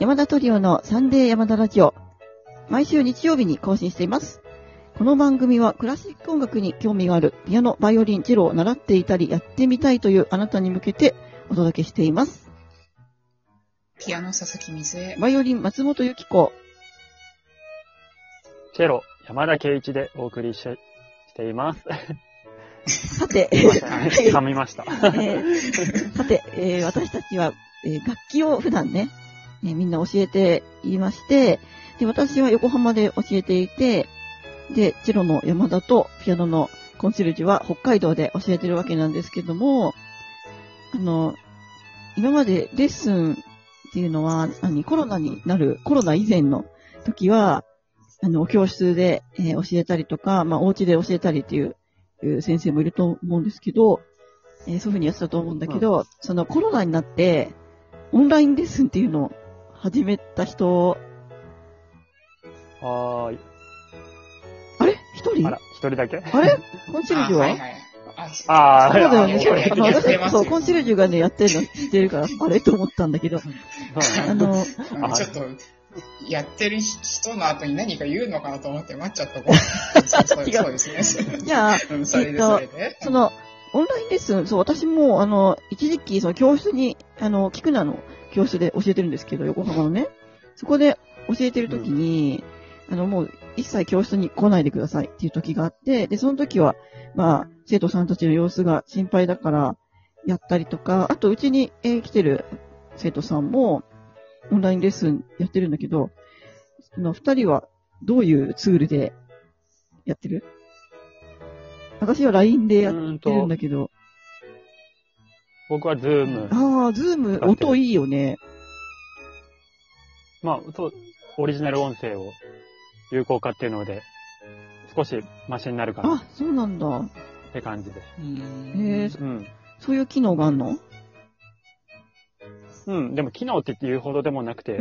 山田トリオのサンデー山田ラジオ。毎週日曜日に更新しています。この番組はクラシック音楽に興味があるピアノ、バイオリン、チェロを習っていたりやってみたいというあなたに向けてお届けしています。 ピアノ佐々木水江、 バイオリン松本由紀子、 チェロ山田圭一でお送りしています。 さて、 噛みました。 さて、私たちは、楽器を普段ね、みんな教えていまして、で、私は横浜で教えていて、で、チェロの山田とピアノのコンシェルジュは北海道で教えてるわけなんですけども、今までレッスンっていうのは、コロナ以前の時は、教室で、教えたりとか、お家で教えたりっていう先生もいると思うんですけど、そういうふうにやってたと思うんだけど、そのコロナになって、オンラインレッスンっていうのを始めた人、 はーい。 あれ一人一人だけあれコンシェルジュはああ、 そうだよね。 私そう、コンシェルジュがね、やってるの知ってるから、あれと思ったんだけど、 ちょっと、やってる人の後に何か言うのかなと思って待っちゃった。そうですね。 じゃあ、 それで。 その、オンラインレッスン、そう、私も、一時期、その教室に、キクナの教室で教えてるんですけど、横浜のね。そこで教えてるときに、もう、一切教室に来ないでくださいっていう時があって、で、その時は、生徒さんたちの様子が心配だから、やったりとか、あと、うちに、来てる生徒さんも、オンラインレッスンやってるんだけど、二人はどういうツールでやってる？私は LINE でやってるんだけど。 僕は Zoom。 ああ、Zoom、音いいよね。 そう、オリジナル音声を有効化っていうので、少しマシになるかな。 あ、そうなんだ。 って感じです。 そういう機能があるの？ でも機能って言うほどでもなくて、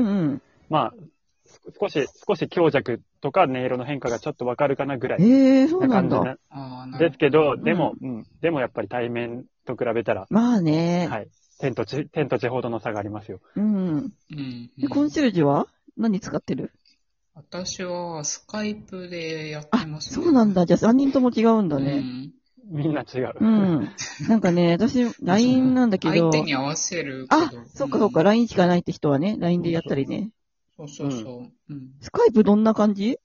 少し強弱とか音色の変化がちょっとわかるかなぐらいな感じですけど、でもやっぱり対面と比べたら、 まあね。 はい。天と地ほどの差がありますよ。 で、コンシェルジュは何使ってる？ 私はスカイプでやってますね。 そうなんだ。じゃあ3人とも違うんだね。 みんな違う。 なんかね、私、LINE なんだけど。 相手に合わせるけど。そうか、LINE しかないって人はね、LINE でやったりね。 そう。 スカイプどんな感じ？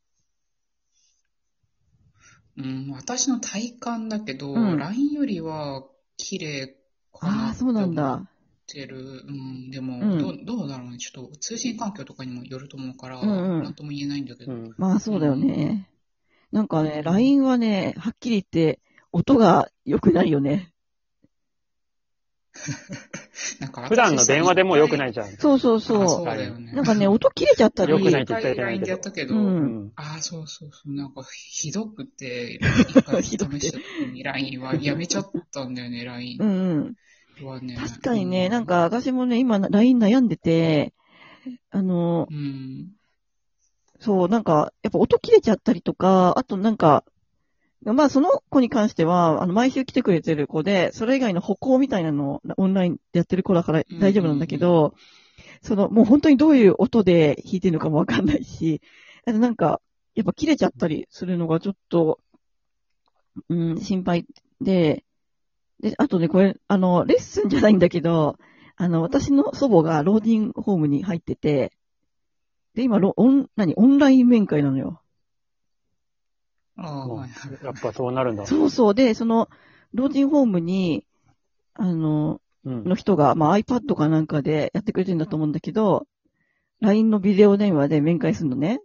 私の体感だけど、LINE よりは綺麗かなって思ってる。でも、どうだろうね。ちょっと通信環境とかにもよると思うから、なんとも言えないんだけど。 そうだよね。なんかね、LINE はね、はっきり言って、音が良くないよね。 普段の電話でも良くないじゃん。 そう。 そうだよね。 なんかね、音切れちゃったり。 良くないって言っちゃいけないけど。 LINE でやったけど、そう。なんか、ひどくて、一回試した時に LINE はやめちゃったんだよね、LINE。 確かにね、なんか私もね、今 LINE 悩んでて、そう、なんか、やっぱ音切れちゃったりとか、あとなんか、その子に関しては、毎週来てくれてる子で、それ以外の歩行みたいなのをオンラインでやってる子だから大丈夫なんだけど、もう本当にどういう音で弾いてるのかもわかんないし、なんか、やっぱ切れちゃったりするのがちょっと、心配で、あとね、これ、レッスンじゃないんだけど、私の祖母が老人ホームに入ってて、で、今、オンライン面会なのよ。 やっぱそうなるんだ。 そう。で、その、老人ホームに、の人が、iPad かなんかでやってくれてるんだと思うんだけど、LINE のビデオ電話で面会するのね。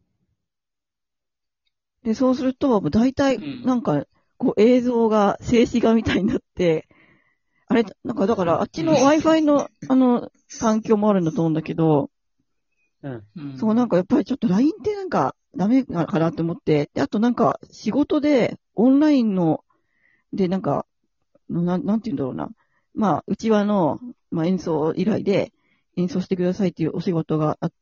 で、そうすると、大体、なんか、映像が静止画みたいになって、あれ、なんかだから、あっちの Wi-Fi の、環境もあるんだと思うんだけど、そう、なんかやっぱりちょっと LINE ってなんかダメかなって思って、で、あとなんか仕事でオンラインの、でなんか、なんて言うんだろうな。うちわの、演奏依頼で演奏してくださいっていうお仕事があって、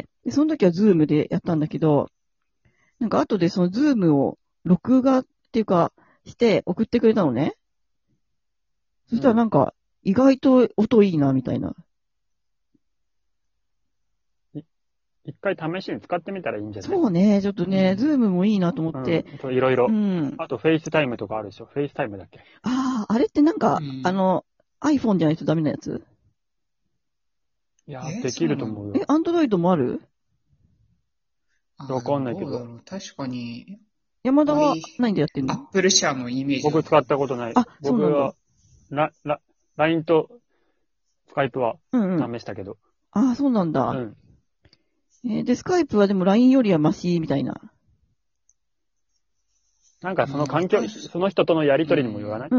で、その時は Zoom でやったんだけど、なんか後でその Zoom を録画っていうかして送ってくれたのね。そしたらなんか意外と音いいなみたいな。 一回試しに使ってみたらいいんじゃない？ そうね、ちょっとね、ズームもいいなと思って。 いろいろ。あと、フェイスタイムとかあるでしょ。フェイスタイムだっけ？ ああ、あれってなんか、iPhone じゃないとダメなやつ？ いや、できると思うよ。 Android もある？ わかんないけど。 確かに。 山田は何でやってんの？ アップル社のイメージ。 僕使ったことない。僕は、LINE とスカイプは試したけど。 ああ、そうなんだ。で、スカイプはでも LINE よりはマシみたいな。 なんかその環境、その人とのやりとりにもよらない？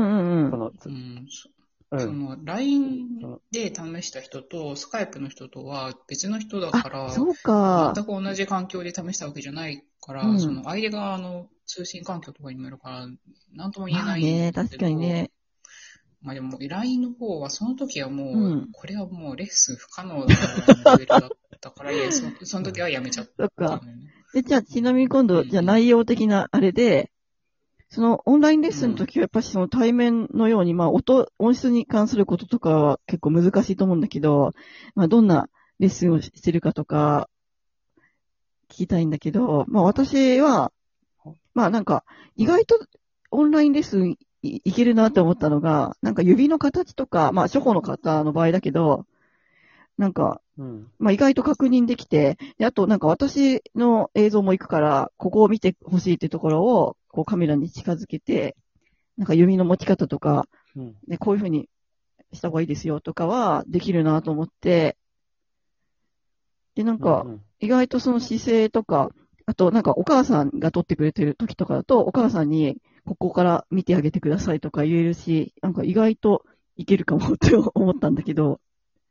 その LINE で試した人とスカイプの人とは別の人だから、 そうか。 全く同じ環境で試したわけじゃないから、その相手側の通信環境とかにもよるから、なんとも言えないんだけど。 確かにね。 まあでも LINE の方はその時はもう、これはもうレッスン不可能なレベルだったから、その時はやめちゃった、ね。 そっか。じゃあちなみに今度、じゃあ内容的なあれで、そのオンラインレッスンの時はやっぱりその対面のように、音質に関することとかは結構難しいと思うんだけど、どんなレッスンをしてるかとか、聞きたいんだけど、私は、なんか、意外とオンラインレッスンいけるなって思ったのが、なんか指の形とか、初歩の方の場合だけど、なんか、意外と確認できて、で、あとなんか私の映像も行くから、ここを見てほしいってところを、こうカメラに近づけて、なんか指の持ち方とか、ね、こういう風にした方がいいですよとかはできるなと思って、で、なんか、意外とその姿勢とか、あとなんかお母さんが撮ってくれてる時とかだと、お母さんにここから見てあげてくださいとか言えるし、なんか意外といけるかもって思ったんだけど、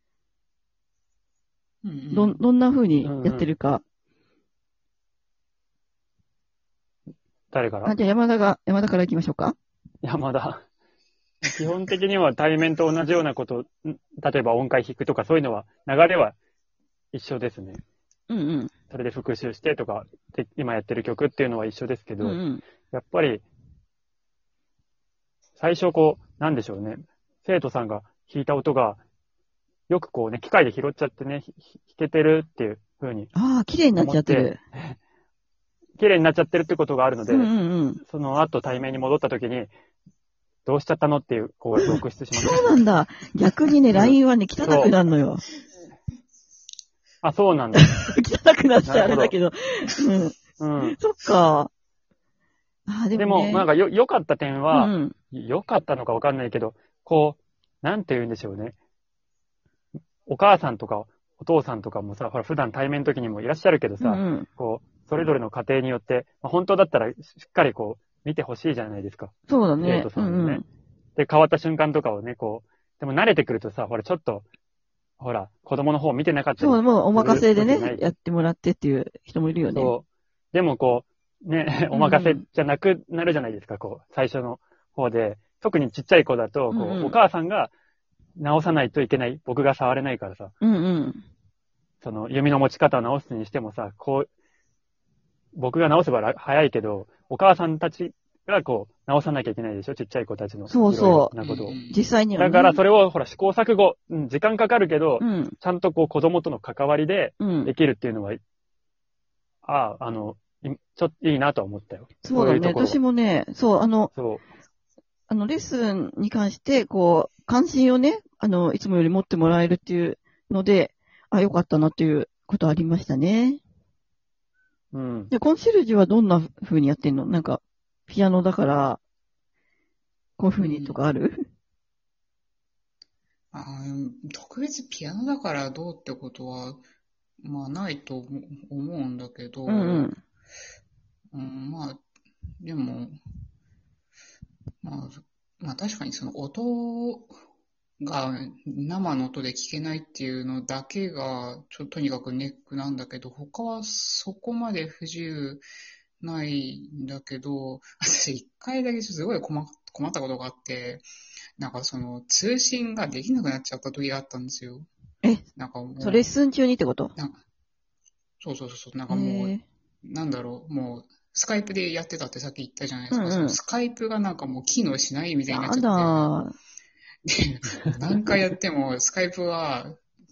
どんな風にやってるか。 誰から？ じゃあ山田から行きましょうか。 山田。基本的には対面と同じようなこと、例えば音階弾くとかそういうのは、流れは一緒ですね。それで復習してとか、今やってる曲っていうのは一緒ですけど、やっぱり、最初なんでしょうね。生徒さんが弾いた音が、よくこうね、機械で拾っちゃってね、弾けてるっていう風に。 綺麗になっちゃってる。 綺麗になっちゃってるってことがあるので、その後対面に戻った時に、どうしちゃったのっていう子が続出しました。 そうなんだ。逆にね、LINE はね、汚くなるのよ。 そうなんだ。 汚くなってあれだけど。そっか。 でも、なんか良かった点は、良かったのかわかんないけど、なんて言うんでしょうね。お母さんとかお父さんとかもさ、ほら普段対面の時にもいらっしゃるけどさ、それぞれの家庭によって、本当だったらしっかり見てほしいじゃないですか。 そうだね。 生徒さんね。で、変わった瞬間とかをね、でも慣れてくるとさ、ほらちょっと、ほら、子供の方見てなかったり。 そう、もうお任せでね、やってもらってっていう人もいるよね。 そう。でもね、お任せじゃなくなるじゃないですか、最初の方で。特にちっちゃい子だと、お母さんが直さないといけない。僕が触れないからさ。その、弓の持ち方を直すにしてもさ、僕が直せば早いけど、お母さんたちが直さなきゃいけないでしょ、ちっちゃい子たちの。 そうそう。 なことを。 実際には、 だからそれを、ほら、試行錯誤、時間かかるけど、ちゃんと子供との関わりでできるっていうのは、ちょっといいなとは思ったよ。 そうだね。私もね、レッスンに関して、関心をね、いつもより持ってもらえるっていうので、よかったなっていうことありましたね。で、コンシェルジュはどんな風にやってんの？なんか、ピアノだから、こういう風にとかある？ 特別ピアノだからどうってことは、ないと思うんだけど、でも、確かにその音が生の音で聞けないっていうのだけがとにかくネックなんだけど、他はそこまで不自由ないんだけど、私一回だけすごい困ったことがあって、なんかその通信ができなくなっちゃった時があったんですよ。なんかもう。 レッスン中にってこと？ そう。なんかもう、なんだろう、もう、スカイプでやってたってさっき言ったじゃないですか。そのスカイプがなんかもう機能しないみたいになっちゃって。で、何回やってもスカイプは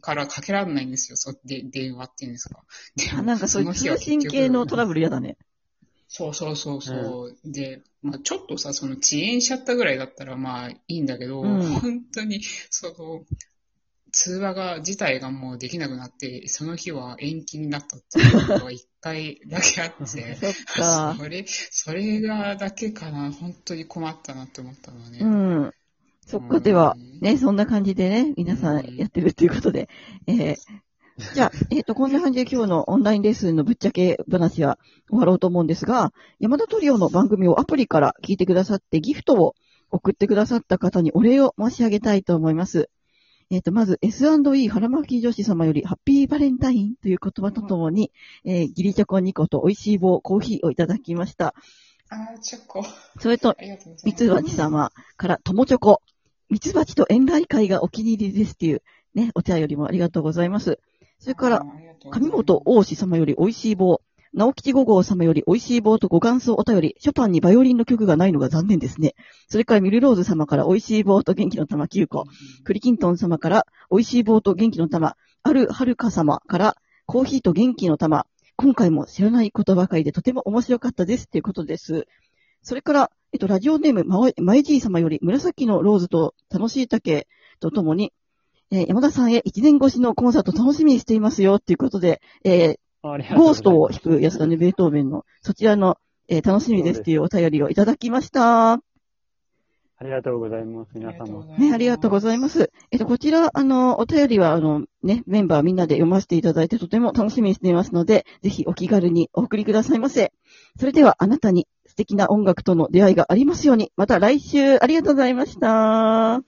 からかけられないんですよ。電話っていうんですか。 なんかそういう通信系のトラブル嫌だね。 そう。で、ちょっとさ、遅延しちゃったぐらいだったらいいんだけど、本当に、通話自体がもうできなくなって、その日は延期になったっていうことが一回だけあって、 そっか。 それがだけかな、本当に困ったなって思ったのはね。 うん。そっか、では、ね、そんな感じでね、皆さんやってるっていうことで、じゃあ、こんな感じで今日のオンラインレッスンのぶっちゃけ話は終わろうと思うんですが、山田トリオの番組をアプリから聞いてくださってギフトを送ってくださった方にお礼を申し上げたいと思います。まず S&E 腹巻き女子様よりハッピーバレンタインという言葉とともに、ギリチョコ2個と美味しい棒コーヒーをいただきました。 チョコ。 それと、ミツバチ様からともチョコ。ミツバチと遠来会がお気に入りですっていうね、お便りもありがとうございます。それから、上本大志様より美味しい棒。直吉五号様より美味しい棒とご感想お便り。ショパンにバイオリンの曲がないのが残念ですね。それからミルローズ様から美味しい棒と元気の玉9個。クリキントン様から美味しい棒と元気の玉。あるはるか様からコーヒーと元気の玉。今回も知らないことばかりでとても面白かったですっていうことです。それから、ラジオネームまえじい様より紫のローズと楽しい竹とともに、山田さんへ1年越しのコンサート楽しみにしていますよっていうことで、ゴーストを弾くやつだね、ベートーベンの。そちらの、楽しみですっていうお便りをいただきました。 ありがとうございます、皆様。 ね、ありがとうございます。こちら、お便りは、ね、メンバーみんなで読ませていただいてとても楽しみにしていますので、ぜひお気軽にお送りくださいませ。それでは、あなたに素敵な音楽との出会いがありますように、また来週ありがとうございました。